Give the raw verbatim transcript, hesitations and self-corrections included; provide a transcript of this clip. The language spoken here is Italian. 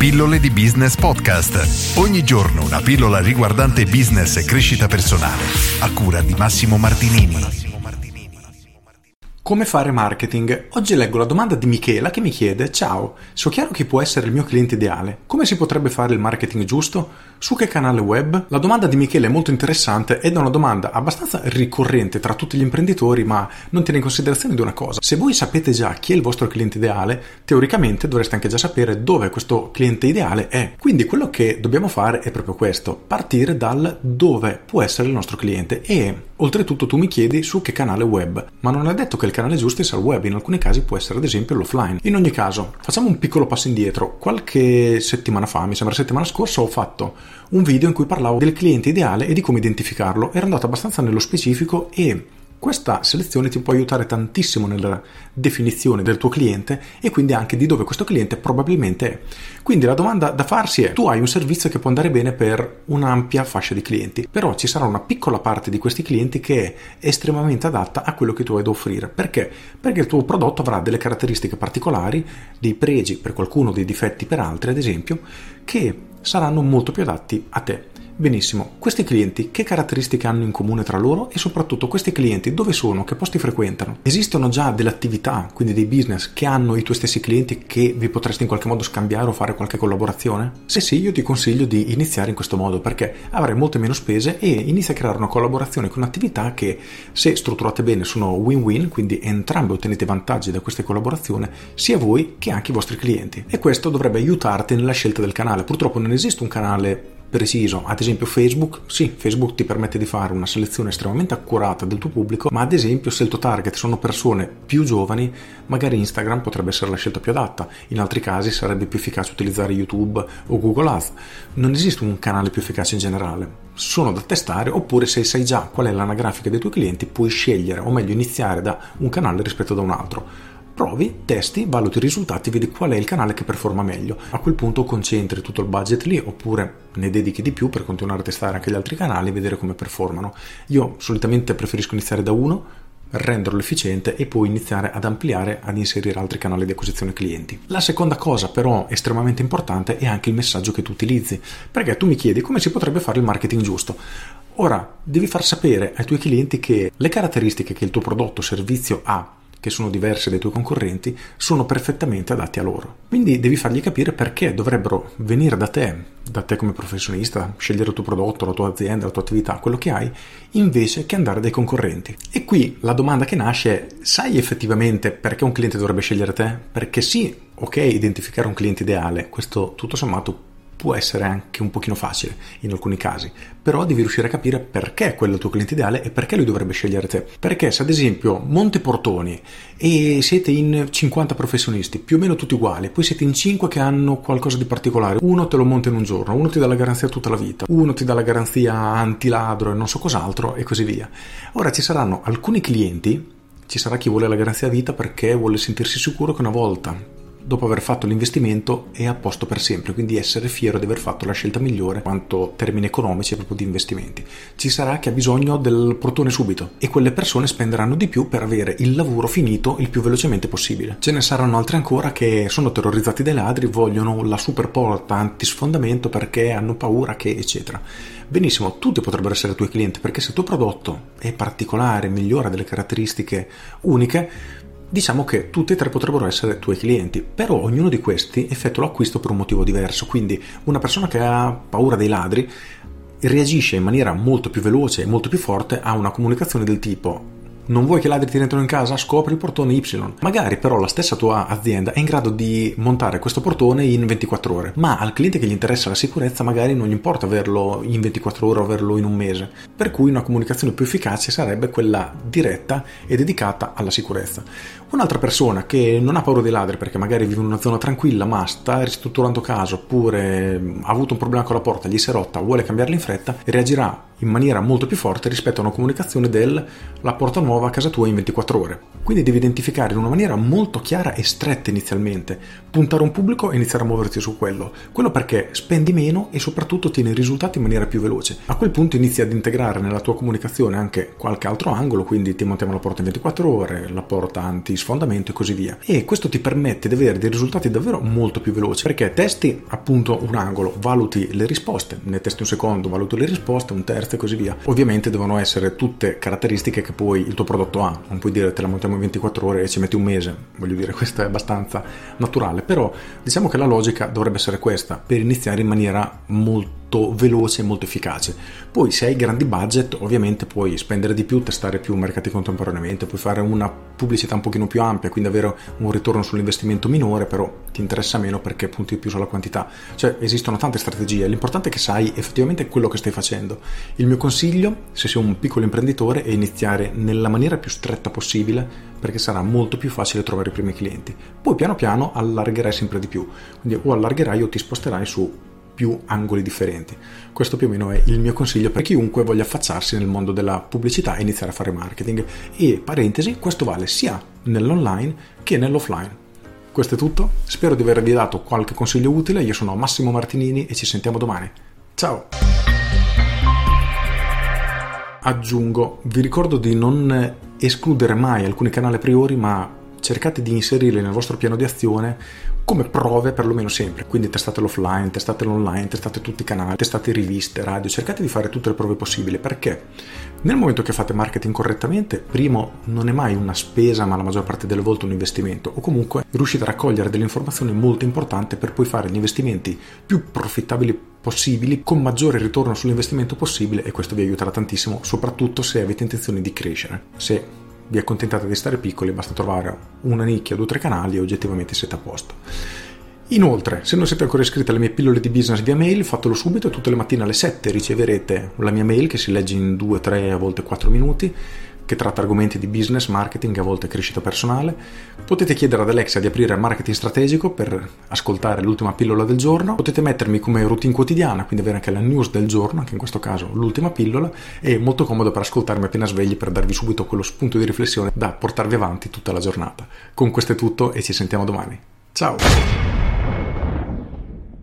Pillole di Business Podcast. Ogni giorno una pillola riguardante business e crescita personale. A cura di Massimo Martinini. Come fare marketing? Oggi leggo la domanda di Michela che mi chiede: ciao, so chiaro chi può essere il mio cliente ideale. Come si potrebbe fare il marketing giusto? Su che canale web? La domanda di Michela è molto interessante ed è una domanda abbastanza ricorrente tra tutti gli imprenditori, ma non tiene in considerazione di una cosa. Se voi sapete già chi è il vostro cliente ideale, teoricamente dovreste anche già sapere dove questo cliente ideale è. Quindi quello che dobbiamo fare è proprio questo: partire dal dove può essere il nostro cliente. E oltretutto tu mi chiedi su che canale web, ma non è detto che il canale giusto sia il web, in alcuni casi può essere ad esempio l'offline. In ogni caso, facciamo un piccolo passo indietro. Qualche settimana fa, mi sembra settimana scorsa, ho fatto un video in cui parlavo del cliente ideale e di come identificarlo. Ero andato abbastanza nello specifico e questa selezione ti può aiutare tantissimo nella definizione del tuo cliente e quindi anche di dove questo cliente probabilmente è. Quindi la domanda da farsi è: tu hai un servizio che può andare bene per un'ampia fascia di clienti, però ci sarà una piccola parte di questi clienti che è estremamente adatta a quello che tu hai da offrire. Perché? Perché il tuo prodotto avrà delle caratteristiche particolari, dei pregi per qualcuno, dei difetti per altri, ad esempio, che saranno molto più adatti a te. Benissimo, questi clienti che caratteristiche hanno in comune tra loro e soprattutto questi clienti dove sono, che posti frequentano? Esistono già delle attività, quindi dei business che hanno i tuoi stessi clienti che vi potreste in qualche modo scambiare o fare qualche collaborazione? Se sì, io ti consiglio di iniziare in questo modo perché avrai molte meno spese e inizi a creare una collaborazione con attività che, se strutturate bene, sono win-win, quindi entrambi ottenete vantaggi da questa collaborazione, sia voi che anche i vostri clienti. E questo dovrebbe aiutarti nella scelta del canale. Purtroppo non esiste un canale preciso. Ad esempio Facebook, sì, Facebook ti permette di fare una selezione estremamente accurata del tuo pubblico, ma ad esempio se il tuo target sono persone più giovani, magari Instagram potrebbe essere la scelta più adatta. In altri casi sarebbe più efficace utilizzare YouTube o Google Ads. Non esiste un canale più efficace in generale, sono da testare, oppure se sai già qual è l'anagrafica dei tuoi clienti puoi scegliere, o meglio iniziare da un canale rispetto da un altro. Provi, testi, valuti i risultati, vedi qual è il canale che performa meglio. A quel punto concentri tutto il budget lì, oppure ne dedichi di più per continuare a testare anche gli altri canali e vedere come performano. Io solitamente preferisco iniziare da uno, renderlo efficiente e poi iniziare ad ampliare, ad inserire altri canali di acquisizione clienti. La seconda cosa però estremamente importante è anche il messaggio che tu utilizzi, perché tu mi chiedi come si potrebbe fare il marketing giusto. Ora, devi far sapere ai tuoi clienti che le caratteristiche che il tuo prodotto o servizio ha, che sono diverse dai tuoi concorrenti, sono perfettamente adatti a loro. Quindi devi fargli capire perché dovrebbero venire da te, da te come professionista, scegliere il tuo prodotto, la tua azienda, la tua attività, quello che hai, invece che andare dai concorrenti. E qui la domanda che nasce è: sai effettivamente perché un cliente dovrebbe scegliere te? Perché sì, ok, identificare un cliente ideale, questo tutto sommato può essere anche un pochino facile in alcuni casi, però devi riuscire a capire perché quello è il tuo cliente ideale e perché lui dovrebbe scegliere te. Perché se ad esempio monte portoni e siete in cinquanta professionisti, più o meno tutti uguali, poi siete in cinque che hanno qualcosa di particolare, uno te lo monta in un giorno, uno ti dà la garanzia tutta la vita, uno ti dà la garanzia antiladro e non so cos'altro e così via. Ora ci saranno alcuni clienti, ci sarà chi vuole la garanzia vita perché vuole sentirsi sicuro che una volta dopo aver fatto l'investimento è a posto per sempre, quindi essere fiero di aver fatto la scelta migliore quanto termini economici e proprio di investimenti. Ci sarà chi ha bisogno del portone subito e quelle persone spenderanno di più per avere il lavoro finito il più velocemente possibile. Ce ne saranno altri ancora che sono terrorizzati dai ladri, vogliono la super porta antisfondamento perché hanno paura che eccetera. Benissimo, tutti potrebbero essere tuoi clienti, perché se il tuo prodotto è particolare, migliora delle caratteristiche uniche, diciamo che tutti e tre potrebbero essere tuoi clienti, però ognuno di questi effettua l'acquisto per un motivo diverso. Quindi una persona che ha paura dei ladri reagisce in maniera molto più veloce e molto più forte a una comunicazione del tipo: non vuoi che i ladri ti entrino in casa? Scopri il portone Y. Magari però la stessa tua azienda è in grado di montare questo portone in ventiquattro ore, ma al cliente che gli interessa la sicurezza magari non gli importa averlo in ventiquattro ore o averlo in un mese, per cui una comunicazione più efficace sarebbe quella diretta e dedicata alla sicurezza. Un'altra persona che non ha paura dei ladri perché magari vive in una zona tranquilla ma sta ristrutturando casa, oppure ha avuto un problema con la porta, gli si è rotta, vuole cambiarla in fretta, reagirà in maniera molto più forte rispetto a una comunicazione del la porta nuova a casa tua in ventiquattro ore. Quindi devi identificare in una maniera molto chiara e stretta inizialmente, puntare un pubblico e iniziare a muoverti su quello. Quello perché spendi meno e soprattutto ottieni i risultati in maniera più veloce. A quel punto inizi ad integrare nella tua comunicazione anche qualche altro angolo, quindi ti montiamo la porta in ventiquattro ore, la porta anti-sfondamento e così via. E questo ti permette di avere dei risultati davvero molto più veloci, perché testi appunto un angolo, valuti le risposte, ne testi un secondo, valuti le risposte, un terzo e così via. Ovviamente devono essere tutte caratteristiche che poi il tuo prodotto ha, non puoi dire te la montiamo in ventiquattro ore e ci metti un mese, voglio dire, questo è abbastanza naturale, però diciamo che la logica dovrebbe essere questa, per iniziare in maniera molto veloce e molto efficace. Poi se hai grandi budget ovviamente puoi spendere di più, testare più mercati contemporaneamente, puoi fare una pubblicità un pochino più ampia, quindi avere un ritorno sull'investimento minore, però ti interessa meno perché punti più sulla quantità. Cioè esistono tante strategie, l'importante è che sai effettivamente quello che stai facendo. Il mio consiglio, se sei un piccolo imprenditore, è iniziare nella maniera più stretta possibile, perché sarà molto più facile trovare i primi clienti. Poi piano piano allargherai sempre di più, quindi o allargherai o ti sposterai su più angoli differenti. Questo più o meno è il mio consiglio per chiunque voglia affacciarsi nel mondo della pubblicità e iniziare a fare marketing. E parentesi, questo vale sia nell'online che nell'offline. Questo è tutto, spero di avervi dato qualche consiglio utile. Io sono Massimo Martinini e ci sentiamo domani. Ciao! Aggiungo, vi ricordo di non escludere mai alcuni canali a priori, ma cercate di inserirli nel vostro piano di azione come prove perlomeno sempre. Quindi testate l'offline, testate l'online, testate tutti i canali, testate riviste, radio, cercate di fare tutte le prove possibili, perché nel momento che fate marketing correttamente, primo, non è mai una spesa ma la maggior parte delle volte un investimento, o comunque riuscite a raccogliere delle informazioni molto importanti per poi fare gli investimenti più profittabili possibili, con maggiore ritorno sull'investimento possibile, e questo vi aiuterà tantissimo, soprattutto se avete intenzione di crescere. Se vi accontentate di stare piccoli, basta trovare una nicchia, due o tre canali e oggettivamente siete a posto. Inoltre, se non siete ancora iscritti alle mie pillole di business via mail, fatelo subito. Tutte le mattine alle sette riceverete la mia mail che si legge in due, tre, a volte quattro minuti, che tratta argomenti di business, marketing, a volte crescita personale. Potete chiedere ad Alexa di aprire il marketing strategico per ascoltare l'ultima pillola del giorno. Potete mettermi come routine quotidiana, quindi avere anche la news del giorno, anche in questo caso l'ultima pillola. È molto comodo per ascoltarmi appena svegli, per darvi subito quello spunto di riflessione da portarvi avanti tutta la giornata. Con questo è tutto e ci sentiamo domani. Ciao!